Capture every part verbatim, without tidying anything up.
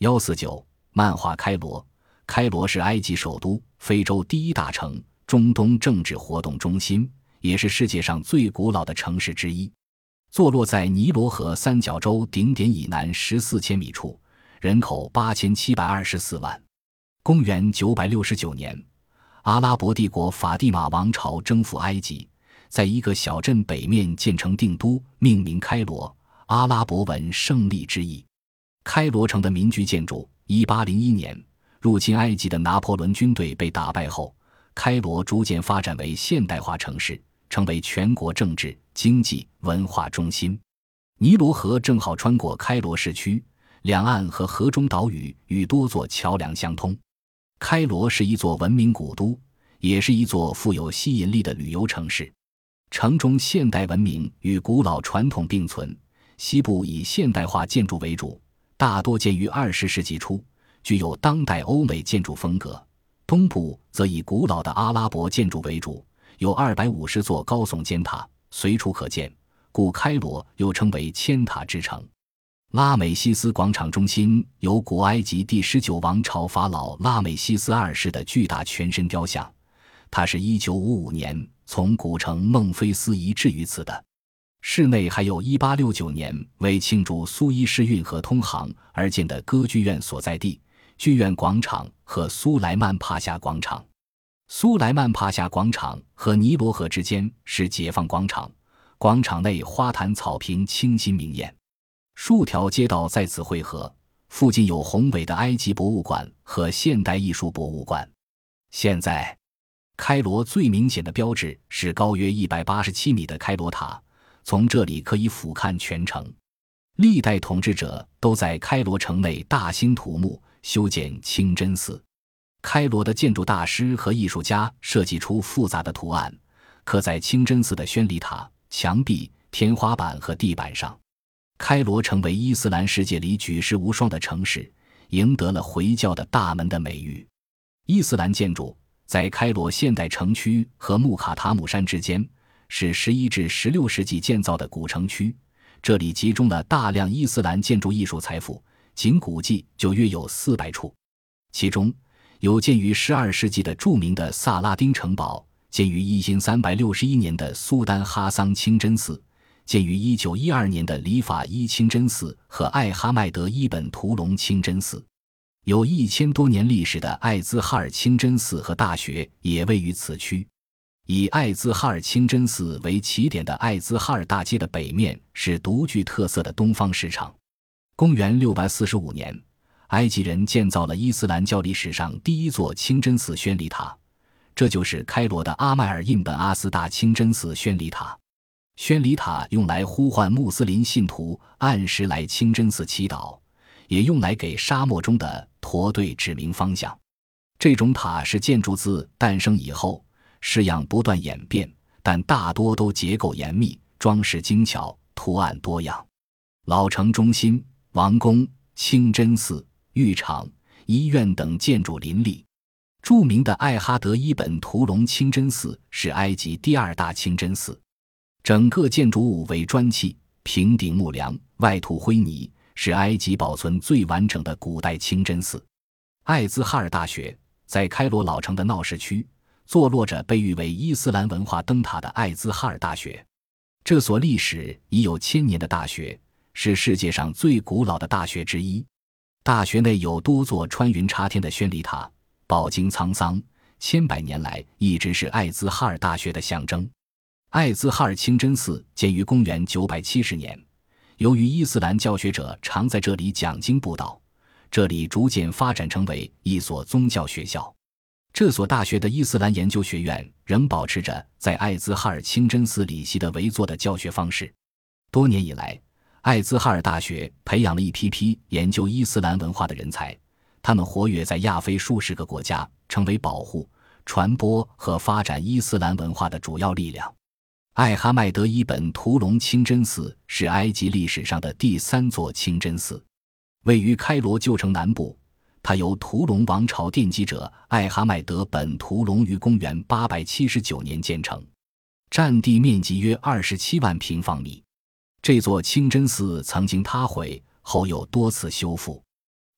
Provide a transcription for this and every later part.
一四九漫画开罗。开罗是埃及首都，非洲第一大城，中东政治活动中心，也是世界上最古老的城市之一。坐落在尼罗河三角洲顶点以南十四千米处，人口八千七百二十四万。公元九百六十九年，阿拉伯帝国法蒂玛王朝征服埃及，在一个小镇北面建成定都，命名开罗，阿拉伯文胜利之意。开罗城的民居建筑，一八零一年入侵埃及的拿破仑军队被打败后，开罗逐渐发展为现代化城市，成为全国政治、经济、文化中心。尼罗河正好穿过开罗市区，两岸和河中岛屿与多座桥梁相通。开罗是一座文明古都，也是一座富有吸引力的旅游城市。城中现代文明与古老传统并存，西部以现代化建筑为主，大多建于二十世纪初，具有当代欧美建筑风格。东部则以古老的阿拉伯建筑为主，有二百五十座高耸尖塔，随处可见，故开罗又称为千塔之城。拉美西斯广场中心有古埃及第十九王朝法老拉美西斯二世的巨大全身雕像，它是一九五五年从古城孟菲斯移至于此的。室内还有一八六九年为庆祝苏伊士运河通航而建的歌剧院所在地、剧院广场和苏莱曼帕夏广场。苏莱曼帕夏广场和尼罗河之间是解放广场，广场内花坛草坪清新明艳，数条街道在此汇合，附近有宏伟的埃及博物馆和现代艺术博物馆。现在开罗最明显的标志是高约一百八十七米的开罗塔，从这里可以俯瞰全城。历代统治者都在开罗城内大兴土木，修建清真寺。开罗的建筑大师和艺术家设计出复杂的图案，刻在清真寺的宣礼塔、墙壁、天花板和地板上。开罗成为伊斯兰世界里举世无双的城市，赢得了回教的大门的美誉。伊斯兰建筑在开罗现代城区和穆卡塔姆山之间，是十一至十六世纪建造的古城区，这里集中了大量伊斯兰建筑艺术财富，仅古迹就约有四百处。其中有建于十二世纪的著名的萨拉丁城堡，建于一千三百六十一年的苏丹哈桑清真寺，建于一九一二年的里法伊清真寺和艾哈迈德伊本图隆清真寺。有一千多年历史的艾兹哈尔清真寺和大学也位于此区。以艾兹哈尔清真寺为起点的艾兹哈尔大街的北面是独具特色的东方市场。公元六百四十五年，埃及人建造了伊斯兰教历史上第一座清真寺宣礼塔，这就是开罗的阿迈尔印本阿斯大清真寺宣礼塔。宣礼塔用来呼唤穆斯林信徒按时来清真寺祈祷，也用来给沙漠中的驼队指明方向。这种塔是建筑自诞生以后，式样不断演变，但大多都结构严密，装饰精巧，图案多样。老城中心、王宫、清真寺、浴场、医院等建筑林立。著名的艾哈德伊本图隆清真寺是埃及第二大清真寺，整个建筑物为砖砌，平顶木梁，外涂灰泥，是埃及保存最完整的古代清真寺。艾兹哈尔大学在开罗老城的闹市区，坐落着被誉为伊斯兰文化灯塔的艾兹哈尔大学。这所历史已有千年的大学，是世界上最古老的大学之一。大学内有多座穿云插天的宣礼塔，饱经沧桑，千百年来一直是艾兹哈尔大学的象征。艾兹哈尔清真寺建于公元九百七十年，由于伊斯兰教学者常在这里讲经布道，这里逐渐发展成为一所宗教学校。这所大学的伊斯兰研究学院仍保持着在艾兹哈尔清真寺里习的围坐的教学方式。多年以来，艾兹哈尔大学培养了一批批研究伊斯兰文化的人才，他们活跃在亚非数十个国家，成为保护、传播和发展伊斯兰文化的主要力量。艾哈迈德伊本图隆清真寺是埃及历史上的第三座清真寺，位于开罗旧城南部。它由图隆王朝奠基者艾哈迈德本图隆于公元八百七十九年建成，占地面积约二十七万平方米。这座清真寺曾经塌毁，后又多次修复。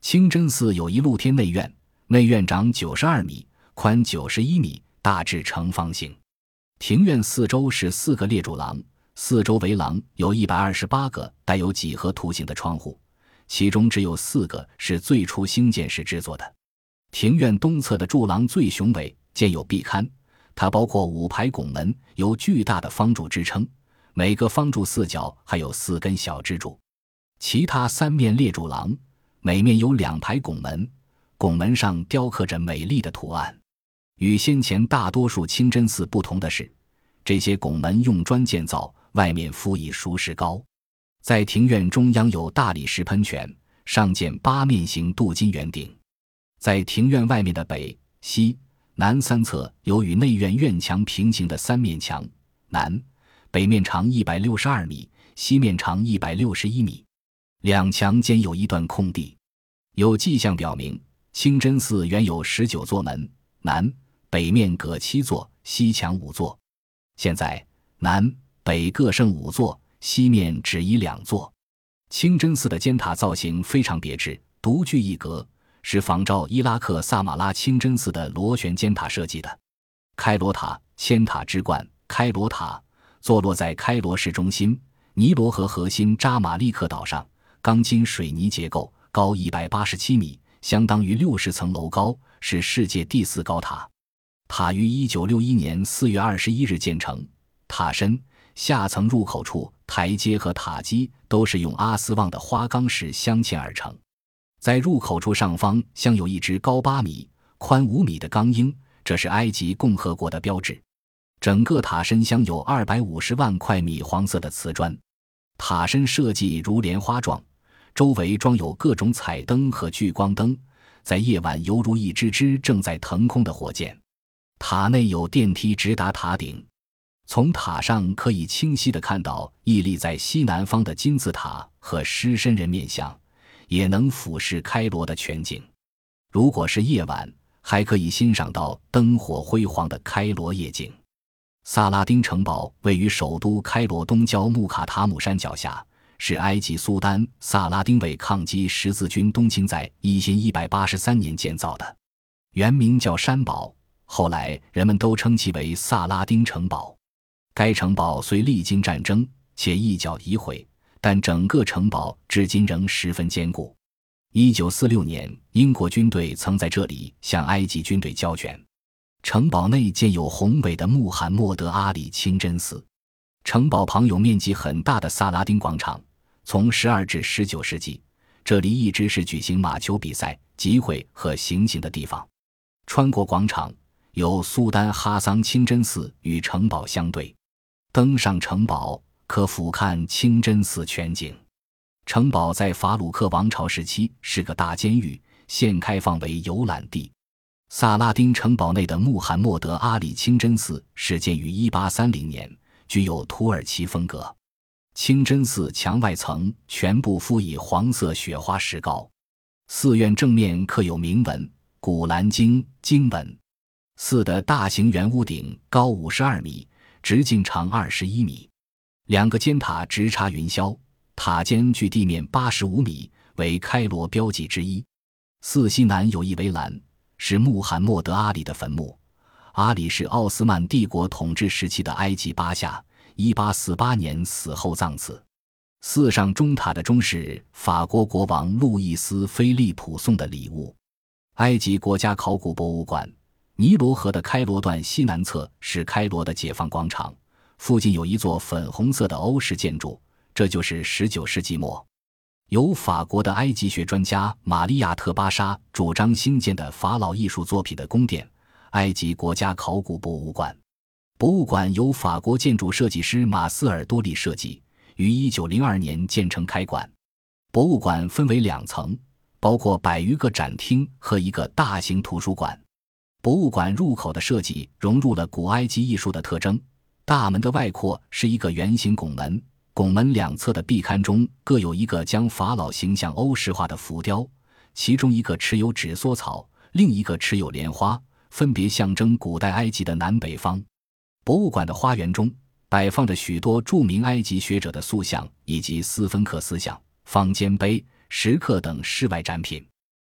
清真寺有一露天内院，内院长九十二米，宽九十一米，大致呈方形。庭院四周是四个列柱廊，四周围廊有一百二十八个带有几何图形的窗户，其中只有四个是最初兴建时制作的。庭院东侧的柱廊最雄伟，建有壁龛，它包括五排拱门，由巨大的方柱支撑，每个方柱四角还有四根小支柱。其他三面列柱廊每面有两排拱门，拱门上雕刻着美丽的图案。与先前大多数清真寺不同的是，这些拱门用砖建造，外面敷以熟石膏。在庭院中央有大理石喷泉，上建八面形镀金圆顶。在庭院外面的北、西、南三侧有与内院院墙平行的三面墙，南、北面长一百六十二米，西面长一百六十一米。两墙间有一段空地，有迹象表明清真寺原有十九座门，南、北面各七座，西墙五座。现在南、北各剩五座，西面只移两座。清真寺的尖塔造型非常别致，独具一格，是仿照伊拉克萨马拉清真寺的螺旋尖塔设计的。开罗塔，千塔之冠，开罗塔坐落在开罗市中心，尼罗河核心扎马利克岛上，钢筋水泥结构，高一百八十七米，相当于六十层楼高，是世界第四高塔。塔于一九六一年四月二十一日建成，塔身、下层入口处、台阶和塔基都是用阿斯旺的花岗石镶嵌而成。在入口处上方镶有一只高八米、宽五米的钢鹰，这是埃及共和国的标志。整个塔身镶有二百五十万块米黄色的瓷砖，塔身设计如莲花状，周围装有各种彩灯和聚光灯，在夜晚犹如一支支正在腾空的火箭。塔内有电梯直达塔顶，从塔上可以清晰地看到屹立在西南方的金字塔和狮身人面像，也能俯视开罗的全景。如果是夜晚，还可以欣赏到灯火辉煌的开罗夜景。萨拉丁城堡位于首都开罗东郊穆卡塔姆山脚下，是埃及苏丹萨拉丁为抗击十字军东侵在一千一百八十三年建造的，原名叫山堡，后来人们都称其为萨拉丁城堡。该城堡虽历经战争且一角已毁，但整个城堡至今仍十分坚固。一九四六年，英国军队曾在这里向埃及军队交权。城堡内建有宏伟的穆罕默德阿里清真寺。城堡旁有面积很大的萨拉丁广场，从十二至十九世纪，这里一直是举行马球比赛、集会和行刑的地方。穿过广场，有苏丹哈桑清真寺与城堡相对。登上城堡，可俯瞰清真寺全景。城堡在法鲁克王朝时期是个大监狱，现开放为游览地。萨拉丁城堡内的穆罕默德阿里清真寺始建于一八三零年，具有土耳其风格。清真寺墙外层全部敷以黄色雪花石膏，寺院正面刻有铭文《古兰经》经文。寺的大型圆屋顶高五十二米，直径长二十一米，两个尖塔直插云霄，塔尖距地面八十五米，为开罗标记之一。寺西南有一围栏，是穆罕默德阿里的坟墓。阿里是奥斯曼帝国统治时期的埃及巴夏，一八四八年死后葬此。寺上钟塔的钟是法国国王路易斯·菲利普送的礼物。埃及国家考古博物馆尼罗河的开罗段西南侧是开罗的解放广场，附近有一座粉红色的欧式建筑，这就是十九世纪末由法国的埃及学专家玛利亚特巴沙主张兴建的法老艺术作品的宫殿——埃及国家考古博物馆。博物馆由法国建筑设计师马斯尔多利设计，于一九零二年建成开馆。博物馆分为两层，包括百余个展厅和一个大型图书馆。博物馆入口的设计融入了古埃及艺术的特征，大门的外扩是一个圆形拱门，拱门两侧的壁龛中各有一个将法老形象欧式化的浮雕，其中一个持有纸梭草，另一个持有莲花，分别象征古代埃及的南北方。博物馆的花园中摆放着许多著名埃及学者的塑像以及斯芬克斯像、方尖碑、石刻等室外展品。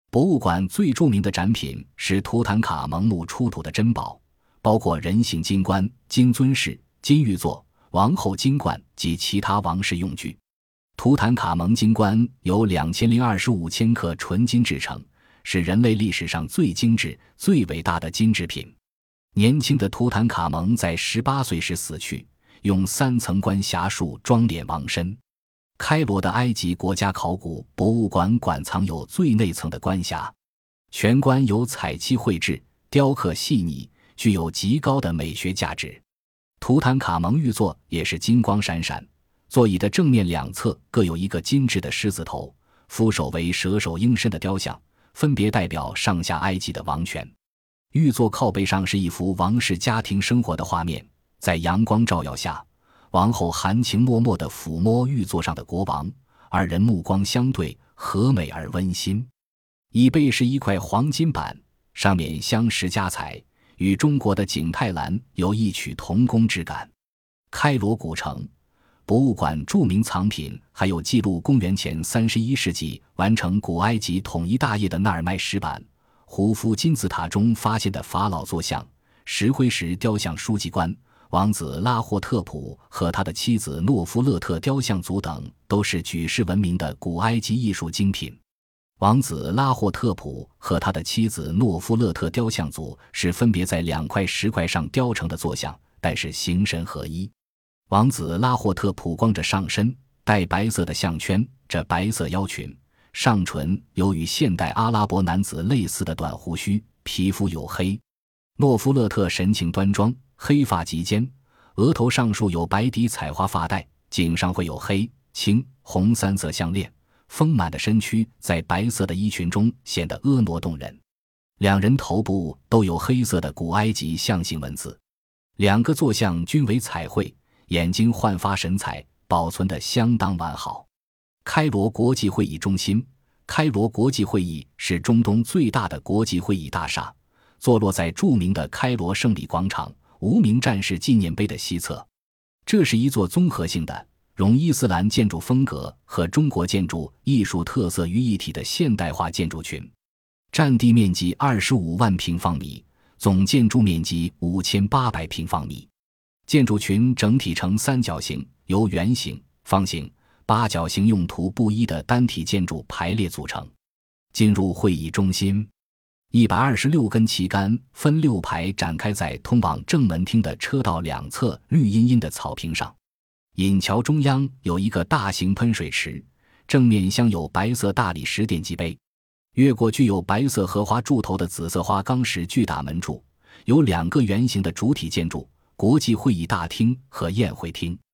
博物馆最著名的展品是图坦卡蒙墓出土的珍宝，包括人形金冠、金尊饰、金玉座、王后金冠及其他王室用具。图坦卡蒙金冠由两千零二十五千克纯金制成，是人类历史上最精致、最伟大的金制品。年轻的图坦卡蒙在十八岁时死去，用三层冠匣束装殓亡身。开罗的埃及国家考古博物馆馆藏有最内层的冠匣，全冠由彩漆绘制，雕刻细腻，具有极高的美学价值。图坦卡蒙玉座也是金光闪闪，座椅的正面两侧各有一个精致的狮子头，扶手为蛇首鹰身的雕像，分别代表上下埃及的王权。玉座靠背上是一幅王室家庭生活的画面，在阳光照耀下，王后含情脉脉地抚摸玉座上的国王，二人目光相对，和美而温馨。椅背是一块黄金板，上面镶石加彩，与中国的景泰蓝有异曲同工之感。开罗古城博物馆著名藏品还有记录公元前三十一世纪完成古埃及统一大业的纳尔迈石板、胡夫金字塔中发现的法老坐像、石灰石雕像书记官、王子拉霍特普和他的妻子诺夫勒特雕像组等，都是举世闻名的古埃及艺术精品。王子拉霍特普和他的妻子诺夫勒特雕像组是分别在两块石块上雕成的坐像，但是形神合一。王子拉霍特普光着上身，戴白色的项圈，着白色腰裙，上唇有与现代阿拉伯男子类似的短胡须，皮肤黝黑。诺夫勒特神情端庄，黑发及肩，额头上束有白底彩花发带，颈上会有黑、青、红三色项链，丰满的身躯在白色的衣裙中显得婀娜动人。两人头部都有黑色的古埃及象形文字，两个坐像均为彩绘，眼睛焕发神采，保存得相当完好。开罗国际会议中心，开罗国际会议是中东最大的国际会议大厦，坐落在著名的开罗胜利广场无名战士纪念碑的西侧。这是一座综合性的融伊斯兰建筑风格和中国建筑艺术特色于一体的现代化建筑群，占地面积二十五万平方米，总建筑面积五千八百平方米。建筑群整体呈三角形，由圆形、方形、八角形用途不一的单体建筑排列组成。进入会议中心，一百二十六根旗杆分六排展开在通往正门厅的车道两侧绿茵茵的草坪上。引桥中央有一个大型喷水池，正面镶有白色大理石奠基碑。越过具有白色荷花柱头的紫色花岗石巨大门柱，有两个圆形的主体建筑，国际会议大厅和宴会厅。